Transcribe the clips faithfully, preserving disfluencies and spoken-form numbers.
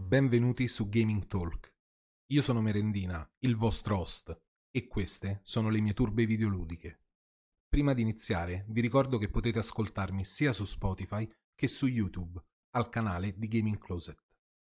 benvenuti su Gaming Talk. Io sono Merendina, il vostro host, e queste sono le mie turbe videoludiche. Prima di iniziare, vi ricordo che potete ascoltarmi sia su Spotify che su YouTube, al canale di Gaming Closet.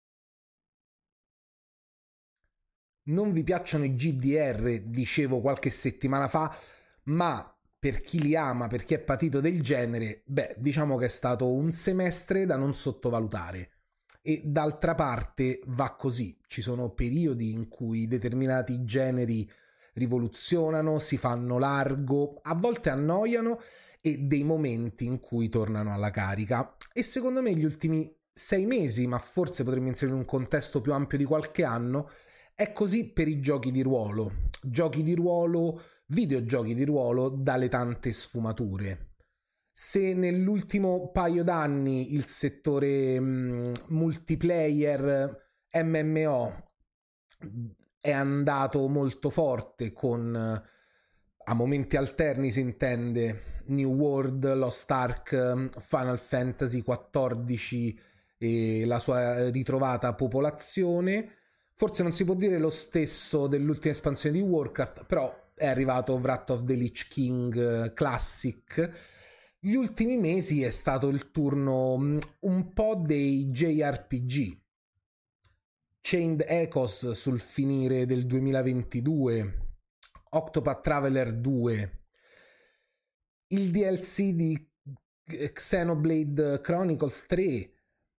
Non vi piacciono i G D R, dicevo qualche settimana fa, ma per chi li ama, per chi è patito del genere, beh, diciamo che è stato un semestre da non sottovalutare. E d'altra parte va così, ci sono periodi in cui determinati generi rivoluzionano, si fanno largo, a volte annoiano e dei momenti in cui tornano alla carica. E secondo me gli ultimi sei mesi, ma forse potremmo inserire in un contesto più ampio di qualche anno, è così per i giochi di ruolo, giochi di ruolo, videogiochi di ruolo dalle tante sfumature. Se nell'ultimo paio d'anni il settore mh, multiplayer M M O è andato molto forte con, a momenti alterni si intende, New World, Lost Ark, Final Fantasy quattordici e la sua ritrovata popolazione, forse non si può dire lo stesso dell'ultima espansione di Warcraft, però è arrivato Wrath of the Lich King Classic. Gli ultimi mesi è stato il turno un po' dei J R P G. Chained Echoes sul finire del duemilaventidue, Octopath Traveler due, il D L C di Xenoblade Chronicles tre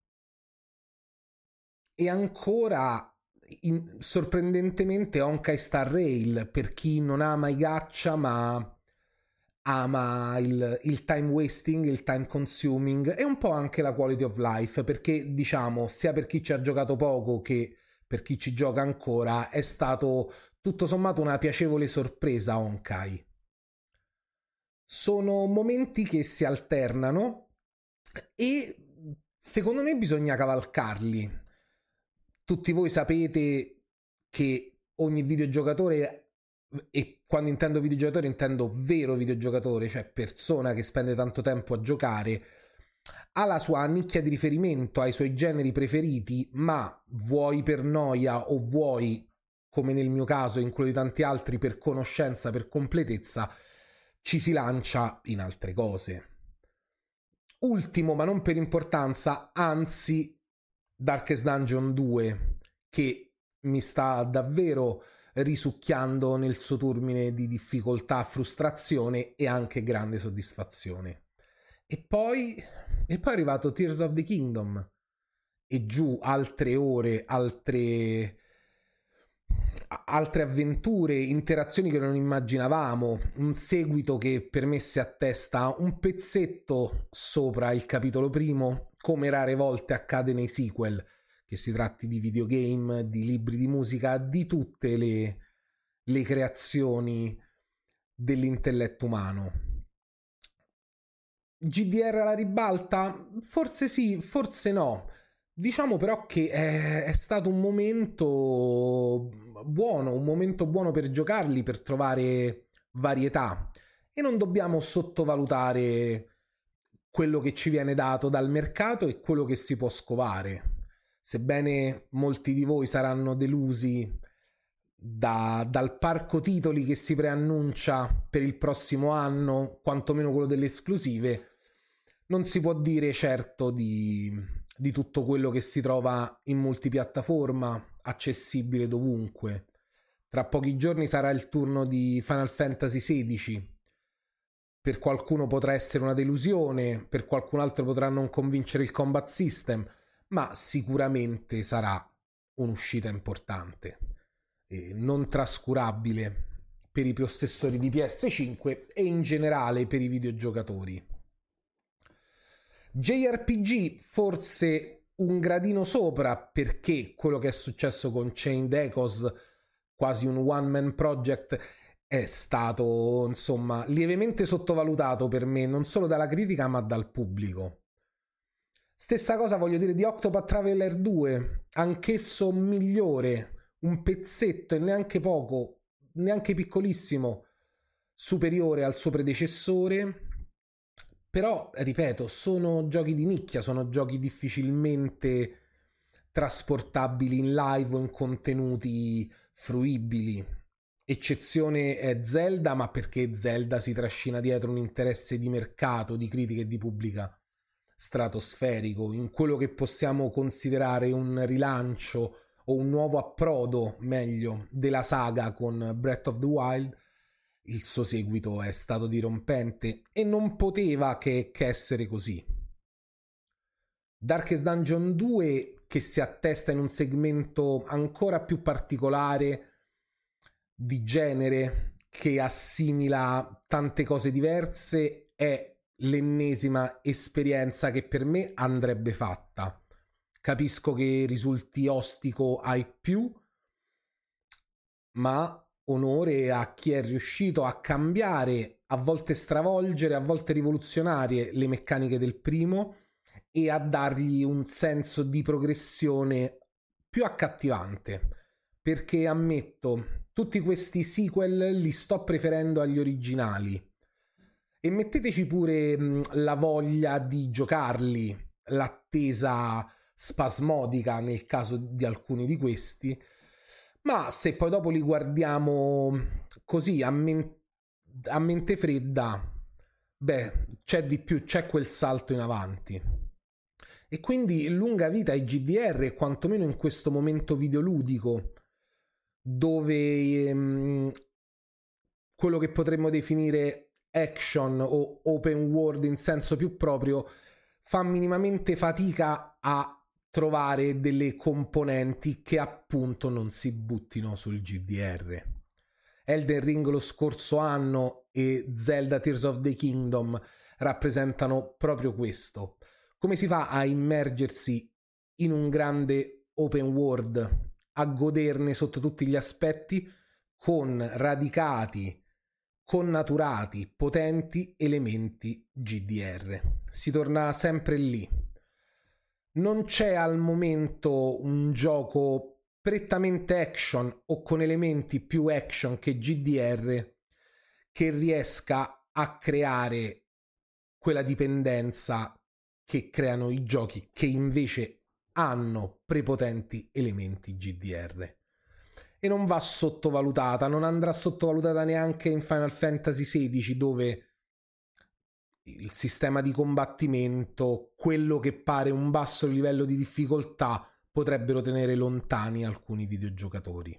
e ancora in, sorprendentemente Honkai Star Rail, per chi non ama i gacha ma ama il, il time wasting, il time consuming e un po' anche la quality of life, perché diciamo sia per chi ci ha giocato poco che per chi ci gioca ancora è stato tutto sommato una piacevole sorpresa Honkai. Sono momenti che si alternano e secondo me bisogna cavalcarli. Tutti voi sapete che ogni videogiocatore, e quando intendo videogiocatore intendo vero videogiocatore, cioè persona che spende tanto tempo a giocare, ha la sua nicchia di riferimento, ha i suoi generi preferiti, ma vuoi per noia o vuoi, come nel mio caso e in quello di tanti altri, per conoscenza, per completezza, ci si lancia in altre cose. Ultimo, ma non per importanza, anzi, Darkest Dungeon due, che mi sta davvero risucchiando nel suo turmine di difficoltà, frustrazione e anche grande soddisfazione. E poi, e poi è arrivato Tears of the Kingdom e giù altre ore, altre altre avventure, interazioni che non immaginavamo, un seguito che per me si attesta un pezzetto sopra il capitolo primo, come rare volte accade nei sequel, che si tratti di videogame, di libri di musica, di tutte le, le creazioni dell'intelletto umano. G D R alla ribalta? Forse sì, forse no. Diciamo però che è, è stato un momento buono, un momento buono per giocarli, per trovare varietà, e non dobbiamo sottovalutare quello che ci viene dato dal mercato e quello che si può scovare. Sebbene molti di voi saranno delusi da, dal parco titoli che si preannuncia per il prossimo anno, quantomeno quello delle esclusive, non si può dire certo di, di tutto quello che si trova in multipiattaforma, accessibile dovunque. Tra pochi giorni sarà il turno di Final Fantasy sedici. Per qualcuno potrà essere una delusione, per qualcun altro potrà non convincere il combat system, ma sicuramente sarà un'uscita importante e non trascurabile per i possessori di P S cinque e in generale per i videogiocatori. J R P G forse un gradino sopra, perché quello che è successo con Chained Echoes, quasi un one man project, è stato insomma lievemente sottovalutato per me, non solo dalla critica ma dal pubblico. Stessa cosa voglio dire di Octopath Traveler due, anch'esso migliore, un pezzetto e neanche poco, neanche piccolissimo, superiore al suo predecessore. Però, ripeto, sono giochi di nicchia, sono giochi difficilmente trasportabili in live o in contenuti fruibili. Eccezione è Zelda, ma perché Zelda si trascina dietro un interesse di mercato, di critica e di pubblica stratosferico. In quello che possiamo considerare un rilancio o un nuovo approdo, meglio, della saga con Breath of the Wild, il suo seguito è stato dirompente e non poteva che, che essere così. Darkest Dungeon due, che si attesta in un segmento ancora più particolare di genere, che assimila tante cose diverse, è l'ennesima esperienza che per me andrebbe fatta. Capisco che risulti ostico ai più, ma onore a chi è riuscito a cambiare, a volte stravolgere, a volte rivoluzionarie le meccaniche del primo e a dargli un senso di progressione più accattivante. Perché ammetto, tutti questi sequel li sto preferendo agli originali. E metteteci pure mh, la voglia di giocarli, l'attesa spasmodica nel caso di alcuni di questi, ma se poi dopo li guardiamo così a, men- a mente fredda, beh, c'è di più, c'è quel salto in avanti. E quindi lunga vita ai G D R, quantomeno in questo momento videoludico, dove ehm, quello che potremmo definire action o open world in senso più proprio fa minimamente fatica a trovare delle componenti che appunto non si buttino sul G D R. Elden Ring lo scorso anno e Zelda Tears of the Kingdom rappresentano proprio questo. Come si fa a immergersi in un grande open world, a goderne sotto tutti gli aspetti con radicati, connaturati, potenti elementi G D R? Si torna sempre lì. Non c'è al momento un gioco prettamente action o con elementi più action che G D R che riesca a creare quella dipendenza che creano i giochi che invece hanno prepotenti elementi G D R. E non va sottovalutata, non andrà sottovalutata neanche in Final Fantasy sedici, dove il sistema di combattimento, quello che pare un basso livello di difficoltà, potrebbero tenere lontani alcuni videogiocatori.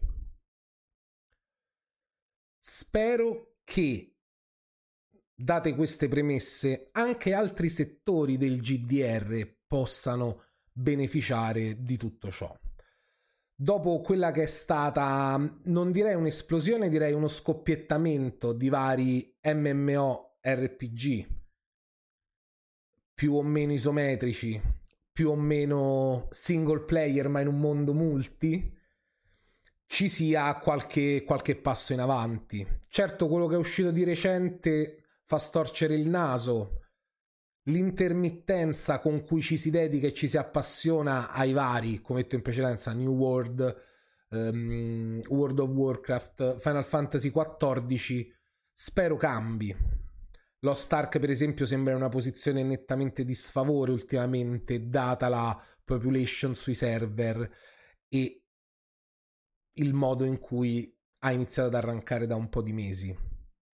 Spero che, date queste premesse, anche altri settori del G D R possano beneficiare di tutto ciò. Dopo quella che è stata, non direi un'esplosione, direi uno scoppiettamento di vari M M O R P G, più o meno isometrici, più o meno single player ma in un mondo multi, ci sia qualche, qualche passo in avanti. Certo, quello che è uscito di recente fa storcere il naso. L'intermittenza con cui ci si dedica e ci si appassiona ai vari, come detto in precedenza, New World, um, World of Warcraft, Final Fantasy quattordici, spero cambi. Lost Ark per esempio sembra in una posizione nettamente di sfavore ultimamente, data la population sui server e il modo in cui ha iniziato ad arrancare da un po' di mesi.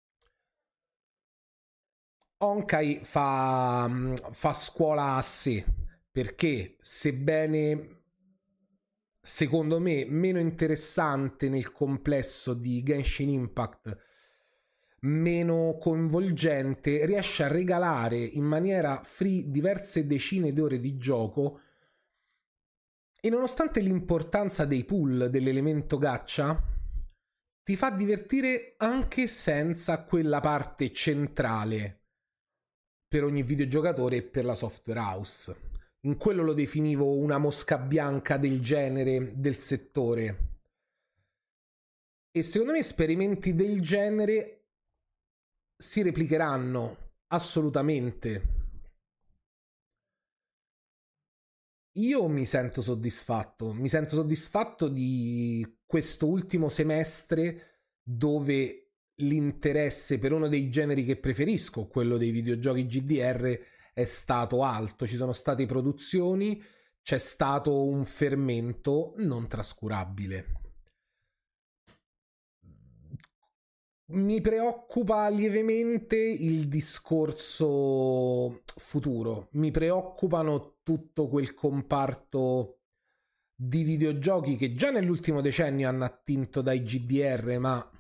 Honkai fa, fa scuola a sé, perché sebbene secondo me meno interessante nel complesso di Genshin Impact, meno coinvolgente, riesce a regalare in maniera free diverse decine di ore di gioco e nonostante l'importanza dei pool dell'elemento gacha ti fa divertire anche senza quella parte centrale per ogni videogiocatore e per la software house. In quello lo definivo una mosca bianca del genere, del settore. E secondo me esperimenti del genere si replicheranno assolutamente. Io mi sento soddisfatto, mi sento soddisfatto di questo ultimo semestre dove l'interesse per uno dei generi che preferisco, quello dei videogiochi G D R, è stato alto. Ci sono state produzioni, c'è stato un fermento non trascurabile. Mi preoccupa lievemente il discorso futuro, mi preoccupano tutto quel comparto di videogiochi che già nell'ultimo decennio hanno attinto dai G D R, ma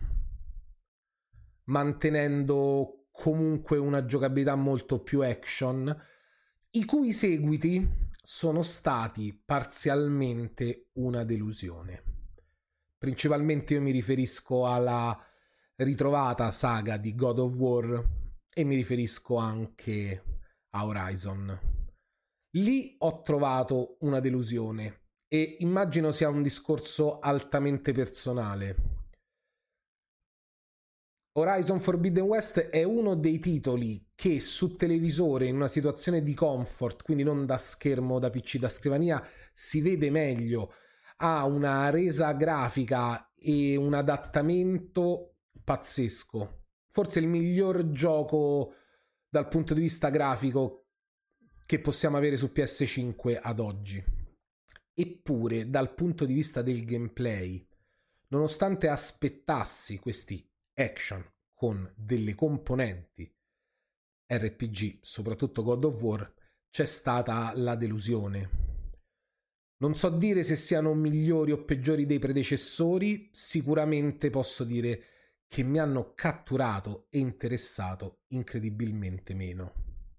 mantenendo comunque una giocabilità molto più action, i cui seguiti sono stati parzialmente una delusione. Principalmente io mi riferisco alla ritrovata saga di God of War e mi riferisco anche a Horizon. Lì ho trovato una delusione e immagino sia un discorso altamente personale. Horizon Forbidden West è uno dei titoli che su televisore, in una situazione di comfort, quindi non da schermo, da P C, da scrivania, si vede meglio, ha una resa grafica e un adattamento pazzesco, forse il miglior gioco dal punto di vista grafico che possiamo avere su P S cinque ad oggi. Eppure dal punto di vista del gameplay, nonostante aspettassi questi action con delle componenti R P G, soprattutto God of War, c'è stata la delusione. Non so dire se siano migliori o peggiori dei predecessori, sicuramente posso dire che mi hanno catturato e interessato incredibilmente meno.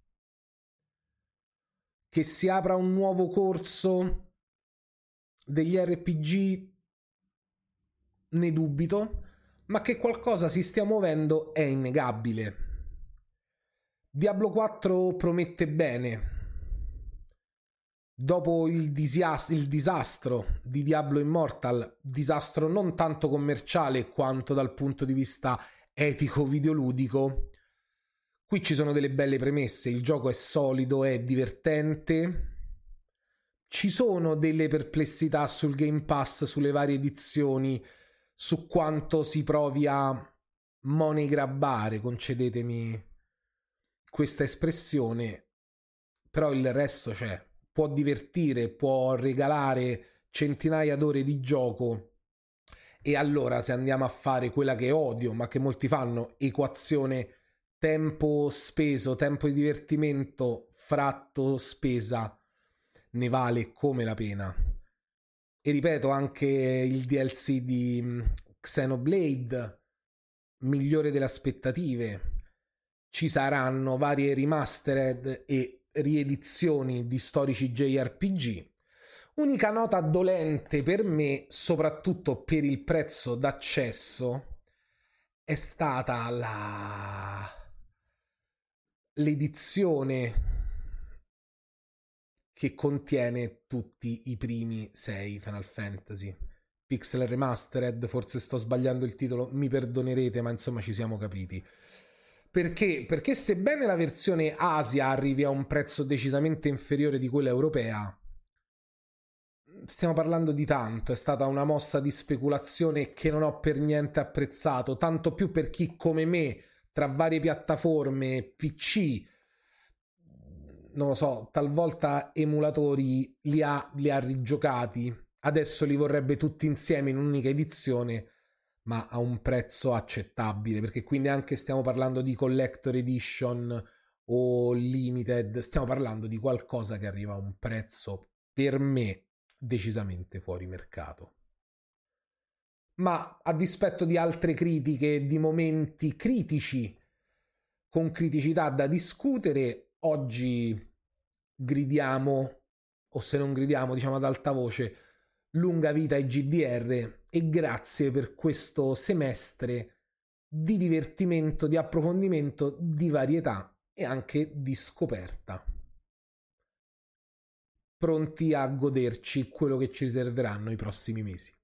Che si apra un nuovo corso degli R P G, ne dubito, ma che qualcosa si stia muovendo è innegabile. Diablo quattro promette bene. Dopo il, disias- il disastro di Diablo Immortal, disastro non tanto commerciale quanto dal punto di vista etico videoludico, qui ci sono delle belle premesse, il gioco è solido, è divertente, ci sono delle perplessità sul Game Pass, sulle varie edizioni, su quanto si provi a money grabbare, concedetemi questa espressione, però il resto c'è. Può divertire, può regalare centinaia d'ore di gioco. E allora, se andiamo a fare quella che odio, ma che molti fanno, equazione tempo speso, tempo di divertimento fratto spesa, ne vale come la pena. E ripeto, anche il D L C di Xenoblade, migliore delle aspettative. Ci saranno varie remastered e riedizioni di storici J R P G. Unica nota dolente per me, soprattutto per il prezzo d'accesso, è stata la l'edizione che contiene tutti i primi sei Final Fantasy. Pixel Remastered, forse sto sbagliando il titolo, mi perdonerete, ma insomma ci siamo capiti. Perché? Perché sebbene la versione Asia arrivi a un prezzo decisamente inferiore di quella europea, stiamo parlando di tanto, è stata una mossa di speculazione che non ho per niente apprezzato, tanto più per chi come me, tra varie piattaforme, P C, non lo so, talvolta emulatori li ha, li ha rigiocati, adesso li vorrebbe tutti insieme in un'unica edizione, ma a un prezzo accettabile, perché qui neanche stiamo parlando di collector edition o limited, stiamo parlando di qualcosa che arriva a un prezzo per me decisamente fuori mercato. Ma a dispetto di altre critiche, di momenti critici con criticità da discutere, oggi gridiamo, o se non gridiamo diciamo ad alta voce, lunga vita ai G D R e grazie per questo semestre di divertimento, di approfondimento, di varietà e anche di scoperta. Pronti a goderci quello che ci riserveranno i prossimi mesi.